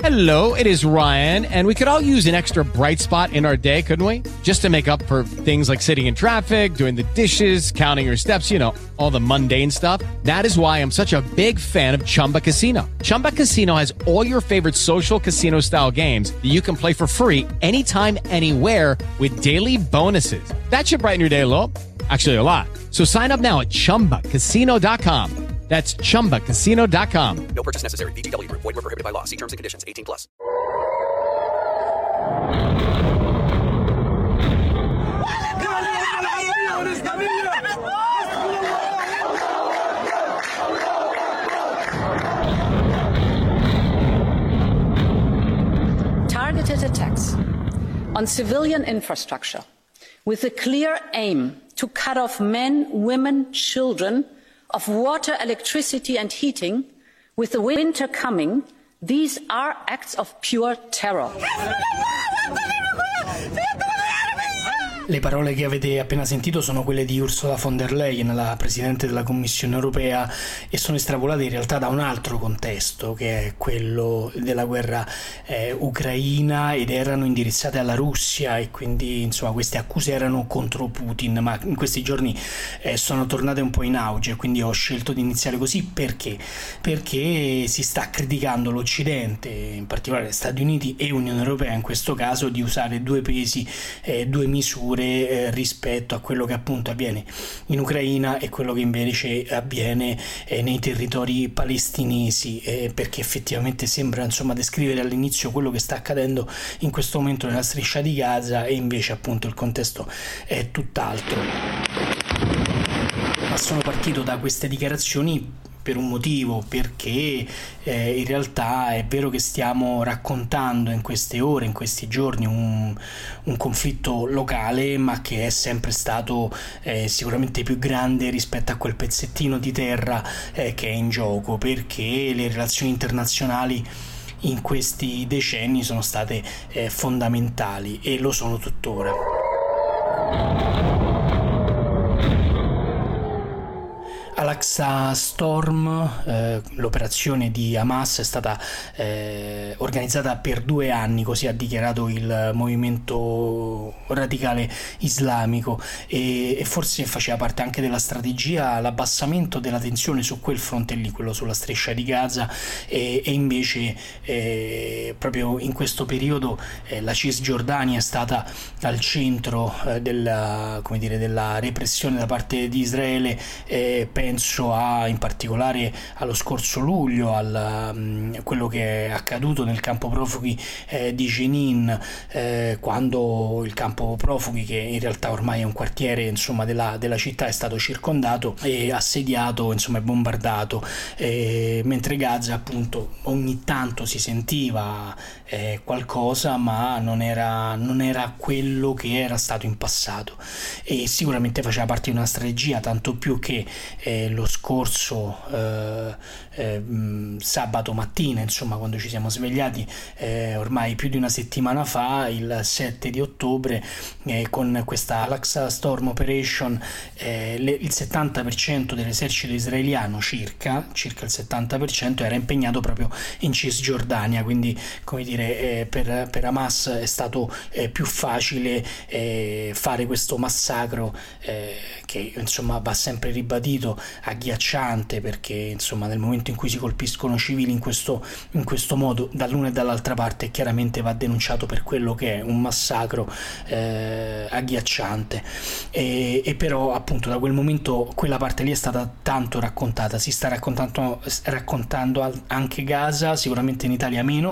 Hello, it is Ryan, and we could all use an extra bright spot in our day, couldn't we? Just to make up for things like sitting in traffic, doing the dishes, counting your steps, you know, all the mundane stuff. That is why I'm such a big fan of Chumba Casino. Chumba Casino has all your favorite social casino-style games that you can play for free anytime, anywhere with daily bonuses. That should brighten your day a little. Actually, a lot. So sign up now at ChumbaCasino.com. That's ChumbaCasino.com. No purchase necessary. VGW Group. Void where prohibited by law. See terms and conditions. 18+. Targeted attacks on civilian infrastructure with a clear aim to cut off men, women, children of water, electricity and heating, with the winter coming, these are acts of pure terror. Le parole che avete appena sentito sono quelle di Ursula von der Leyen, la Presidente della Commissione europea, e sono estrapolate in realtà da un altro contesto, che è quello della guerra ucraina, ed erano indirizzate alla Russia, e quindi insomma queste accuse erano contro Putin, ma in questi giorni sono tornate un po' in auge, quindi ho scelto di iniziare così. Perché si sta criticando l'Occidente, in particolare Stati Uniti e Unione Europea in questo caso, di usare due pesi, due misure rispetto a quello che appunto avviene in Ucraina e quello che invece avviene nei territori palestinesi, perché effettivamente sembra insomma descrivere all'inizio quello che sta accadendo in questo momento nella striscia di Gaza, e invece appunto il contesto è tutt'altro. Ma sono partito da queste dichiarazioni per un motivo, perché in realtà è vero che stiamo raccontando in queste ore, in questi giorni, un conflitto locale, ma che è sempre stato sicuramente più grande rispetto a quel pezzettino di terra che è in gioco, perché le relazioni internazionali in questi decenni sono state fondamentali e lo sono tuttora. Al-Aqsa Storm, l'operazione di Hamas, è stata organizzata per 2 anni, così ha dichiarato il movimento radicale islamico, e forse faceva parte anche della strategia l'abbassamento della tensione su quel fronte lì, quello sulla striscia di Gaza, e invece proprio in questo periodo la Cisgiordania è stata al centro della repressione da parte di Israele. Penso in particolare allo scorso luglio, a quello che è accaduto nel campo profughi di Jenin, quando il campo profughi, che in realtà ormai è un quartiere insomma della città, è stato circondato e assediato, insomma, e bombardato, mentre Gaza appunto ogni tanto si sentiva qualcosa, ma non era quello che era stato in passato, e sicuramente faceva parte di una strategia, tanto più che lo scorso sabato mattina, insomma, quando ci siamo svegliati ormai più di una settimana fa, il 7 di ottobre, con questa Al-Aqsa Storm Operation, il 70% dell'esercito israeliano, circa il 70%, era impegnato proprio in Cisgiordania, quindi come dire, per Hamas è stato più facile fare questo massacro, che insomma va sempre ribadito, agghiacciante, perché insomma nel momento in cui si colpiscono civili in questo modo, dall'una e dall'altra parte, chiaramente va denunciato per quello che è un massacro agghiacciante, e però appunto da quel momento quella parte lì è stata tanto raccontata, si sta raccontando anche Gaza, sicuramente in Italia meno.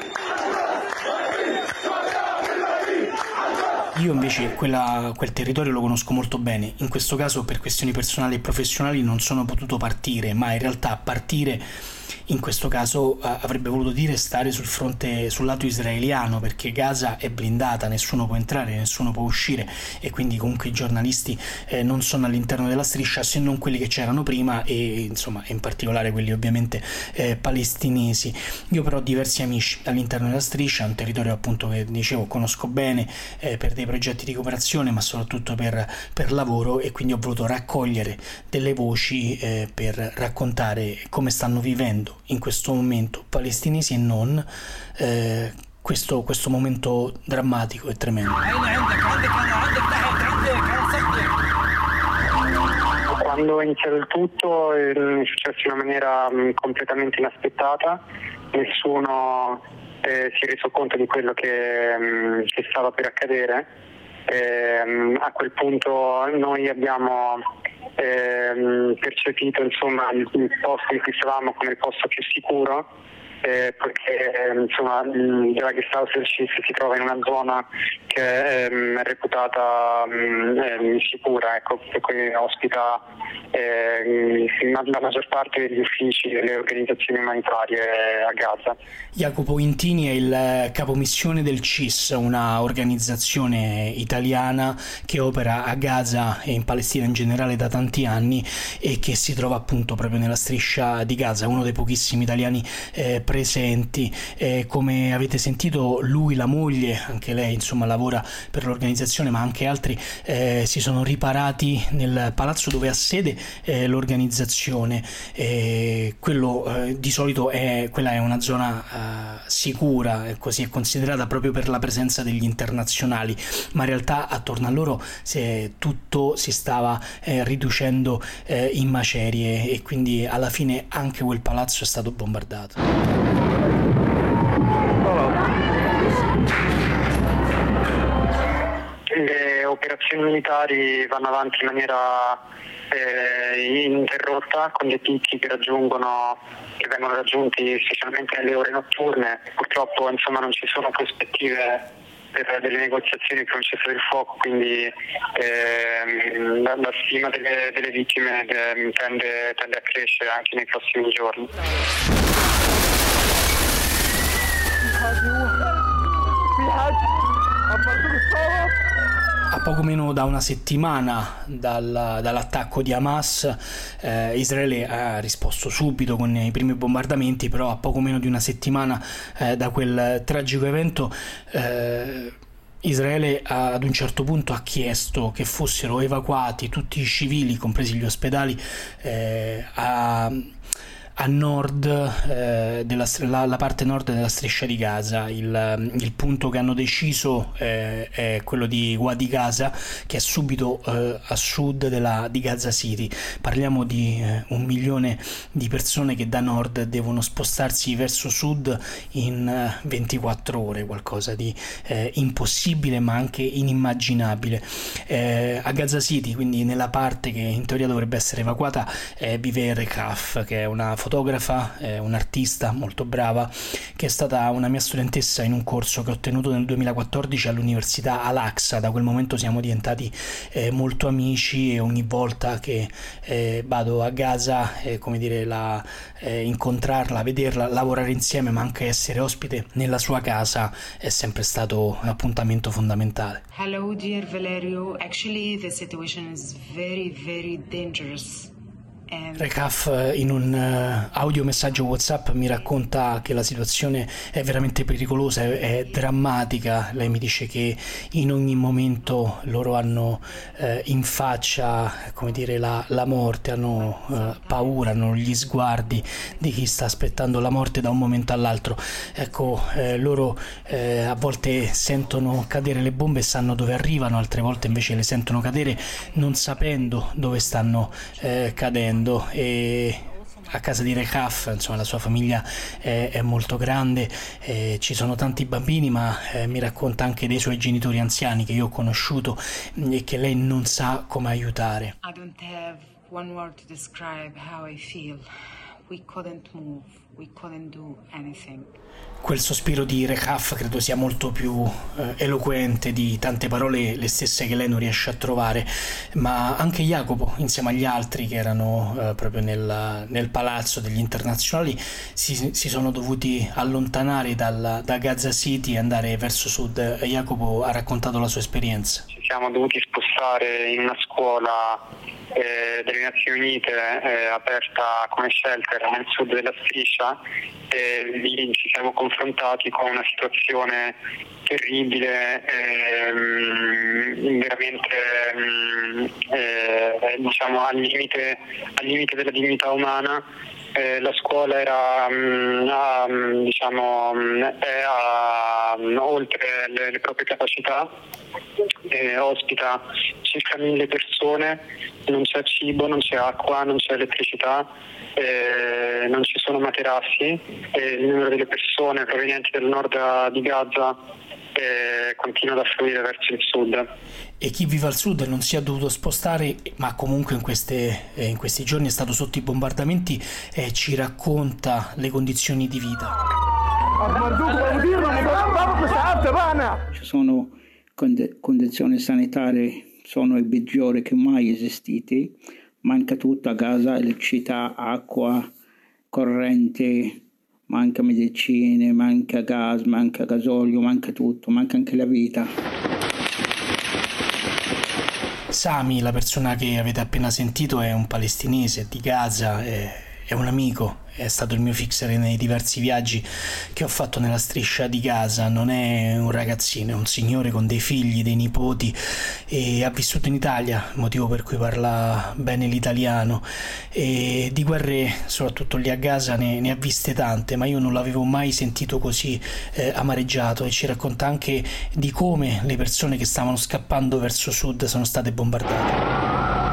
Io invece quel territorio lo conosco molto bene. In questo caso, per questioni personali e professionali, non sono potuto partire, ma in realtà partire in questo caso avrebbe voluto dire stare sul lato israeliano, perché Gaza è blindata, nessuno può entrare, nessuno può uscire, e quindi comunque i giornalisti non sono all'interno della striscia, se non quelli che c'erano prima, e insomma in particolare quelli ovviamente palestinesi. Io però ho diversi amici all'interno della striscia, un territorio appunto che dicevo conosco bene per dei dei progetti di cooperazione, ma soprattutto per lavoro, e quindi ho voluto raccogliere delle voci per raccontare come stanno vivendo in questo momento, palestinesi e non, questo momento drammatico e tremendo. Quando è iniziato il tutto è successo in una maniera completamente inaspettata, nessuno si è reso conto di quello che stava per accadere. A quel punto noi abbiamo percepito insomma il posto in cui stavamo come il posto più sicuro, perché insomma la Guest House del CIS si trova in una zona che è reputata sicura, ecco, e quindi ospita la maggior parte degli uffici delle organizzazioni umanitarie a Gaza. Jacopo Intini è il capomissione del CIS, una organizzazione italiana che opera a Gaza e in Palestina in generale da tanti anni e che si trova appunto proprio nella striscia di Gaza, uno dei pochissimi italiani presenti. Come avete sentito, lui, la moglie, anche lei insomma lavora per l'organizzazione, ma anche altri si sono riparati nel palazzo dove ha sede l'organizzazione. Quello di solito quella è una zona sicura, così è considerata proprio per la presenza degli internazionali, ma in realtà attorno a loro tutto si stava riducendo in macerie, e quindi alla fine anche quel palazzo è stato bombardato. Le operazioni militari vanno avanti in maniera ininterrotta, con dei picchi che vengono raggiunti specialmente nelle ore notturne. Purtroppo insomma non ci sono prospettive per delle negoziazioni per un cessate il fuoco, quindi la stima delle vittime tende a crescere anche nei prossimi giorni. A poco meno da una settimana dall'attacco di Hamas, Israele ha risposto subito con i primi bombardamenti, però a poco meno di una settimana da quel tragico evento Israele ad un certo punto ha chiesto che fossero evacuati tutti i civili, compresi gli ospedali, a nord la parte nord della striscia di Gaza. Il punto che hanno deciso è quello di Wadi Gaza, che è subito a sud di Gaza City. Parliamo di 1 milione di persone che da nord devono spostarsi verso sud in 24 ore, qualcosa di impossibile ma anche inimmaginabile. A Gaza City, quindi nella parte che in teoria dovrebbe essere evacuata, vive Rekaf, che è una fotografa, un'artista molto brava, che è stata una mia studentessa in un corso che ho tenuto nel 2014 all'Università Al-Aqsa. Da quel momento siamo diventati molto amici, e ogni volta che vado a Gaza, incontrarla, vederla, lavorare insieme, ma anche essere ospite nella sua casa è sempre stato un appuntamento fondamentale. Hello dear Valerio, actually the situation is very very dangerous. Rekaf in un audiomessaggio WhatsApp mi racconta che la situazione è veramente pericolosa, è drammatica. Lei mi dice che in ogni momento loro hanno in faccia, la morte, hanno paura, hanno gli sguardi di chi sta aspettando la morte da un momento all'altro. Ecco, loro a volte sentono cadere le bombe e sanno dove arrivano, altre volte invece le sentono cadere non sapendo dove stanno cadendo. E a casa di Rekaf, insomma, la sua famiglia è molto grande, ci sono tanti bambini, ma mi racconta anche dei suoi genitori anziani che io ho conosciuto e che lei non sa come aiutare. I don't have one word to describe how I feel. We couldn't move, we couldn't do anything. Quel sospiro di Rekaf credo sia molto più eloquente di tante parole, le stesse che lei non riesce a trovare, ma anche Jacopo, insieme agli altri che erano proprio nel palazzo degli internazionali, si sono dovuti allontanare da Gaza City e andare verso sud. Jacopo ha raccontato la sua esperienza. Ci siamo dovuti spostare in una scuola delle Nazioni Unite aperta come shelter nel sud della striscia, e lì ci siamo confrontati con una situazione terribile, veramente diciamo al limite della dignità umana. La scuola era oltre le proprie capacità, ospita circa 1000 persone, non c'è cibo, non c'è acqua, non c'è elettricità, non ci sono materassi, il numero delle persone provenienti dal nord di Gaza continua ad affluire verso il sud. E chi vive al sud non si è dovuto spostare, ma comunque in questi giorni è stato sotto i bombardamenti, e ci racconta le condizioni di vita. Ci sono condizioni sanitarie, sono i peggiori che mai esistiti. Manca tutta a Gaza, elettricità, acqua, corrente, manca medicine, manca gas, manca gasolio, manca tutto, manca anche la vita. Sami, la persona che avete appena sentito, è un palestinese di Gaza, è un amico, è stato il mio fixer nei diversi viaggi che ho fatto nella striscia di Gaza. Non è un ragazzino, è un signore con dei figli, dei nipoti, e ha vissuto in Italia, motivo per cui parla bene l'italiano, e di guerre, soprattutto lì a Gaza, ne ha viste tante, ma io non l'avevo mai sentito così amareggiato, e ci racconta anche di come le persone che stavano scappando verso sud sono state bombardate.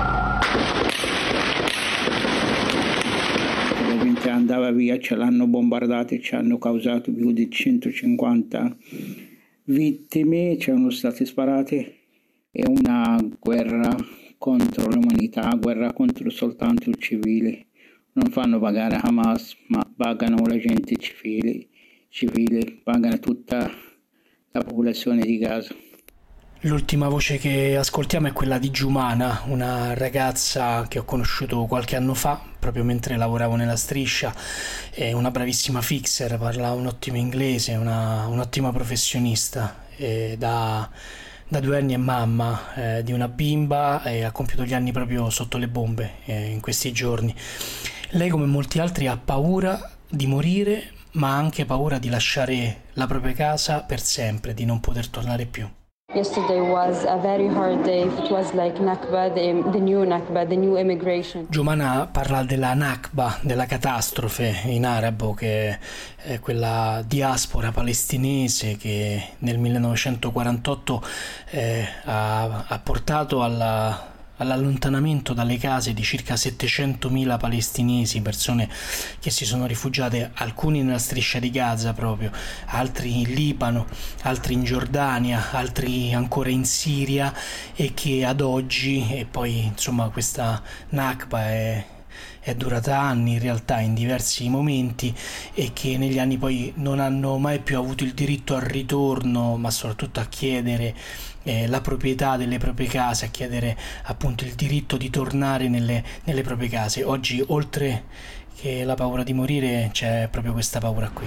Andava via, ce l'hanno bombardato e ci hanno causato più di 150 vittime, ci sono state sparate. È una guerra contro l'umanità, guerra contro soltanto il civile. Non fanno pagare Hamas, ma pagano la gente civile, pagano tutta la popolazione di Gaza. L'ultima voce che ascoltiamo è quella di Giumana, una ragazza che ho conosciuto qualche anno fa, proprio mentre lavoravo nella striscia. È una bravissima fixer, parla un ottimo inglese, un'ottima professionista. Da 2 anni è mamma di una bimba e ha compiuto gli anni proprio sotto le bombe in questi giorni. Lei, come molti altri, ha paura di morire, ma ha anche paura di lasciare la propria casa per sempre, di non poter tornare più. Yesterday was a very hard day. It was like Nakba, the new Nakba, the new immigration. Giumana parla della Nakba, della catastrofe in arabo, che è quella diaspora palestinese che nel 1948 ha portato all'allontanamento dalle case di circa 700.000 palestinesi, persone che si sono rifugiate, alcuni nella striscia di Gaza proprio, altri in Libano, altri in Giordania, altri ancora in Siria, e che ad oggi, e poi insomma questa Nakba è durata anni in realtà, in diversi momenti, e che negli anni poi non hanno mai più avuto il diritto al ritorno, ma soprattutto a chiedere la proprietà delle proprie case, a chiedere appunto il diritto di tornare nelle proprie case. Oggi, oltre che la paura di morire, c'è proprio questa paura qui.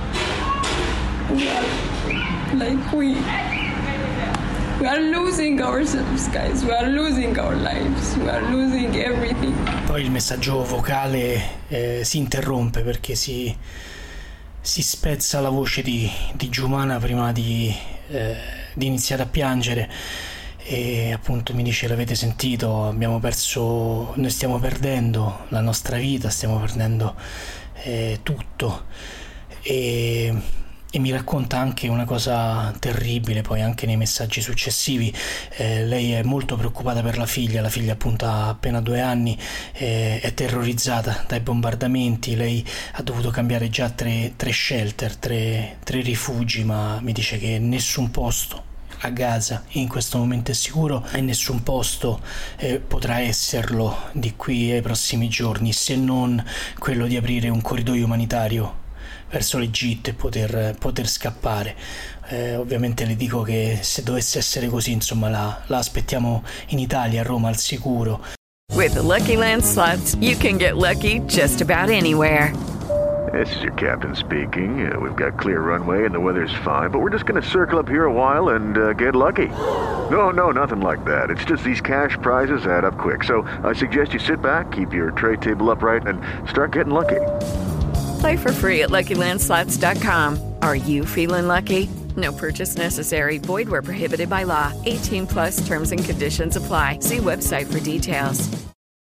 We are losing ourselves, guys. We are losing our lives. We are losing everything. Poi il messaggio vocale si interrompe perché si spezza la voce di Giumana prima di iniziare a piangere, e appunto mi dice: l'avete sentito, noi stiamo perdendo la nostra vita, stiamo perdendo tutto, e mi racconta anche una cosa terribile poi anche nei messaggi successivi. Lei è molto preoccupata per la figlia appunto ha appena 2 anni, è terrorizzata dai bombardamenti. Lei ha dovuto cambiare già 3 shelter, 3 rifugi, ma mi dice che nessun posto a Gaza in questo momento è sicuro, e nessun posto potrà esserlo di qui ai prossimi giorni, se non quello di aprire un corridoio umanitario verso l'Egitto e poter scappare. Ovviamente le dico che se dovesse essere così, insomma, la aspettiamo in Italia, a Roma, al sicuro. With the Lucky Land Slots, you can get lucky just about anywhere. This is your captain speaking. We've got clear runway and the weather's fine, but we're just going to circle up here a while and get lucky. No, nothing like that. It's just these cash prizes add up quick. So I suggest you sit back, keep your tray table upright, and start getting lucky. Play for free at LuckyLandSlots.com. Are you feeling lucky? No purchase necessary. Void where prohibited by law. 18+ terms and conditions apply. See website for details.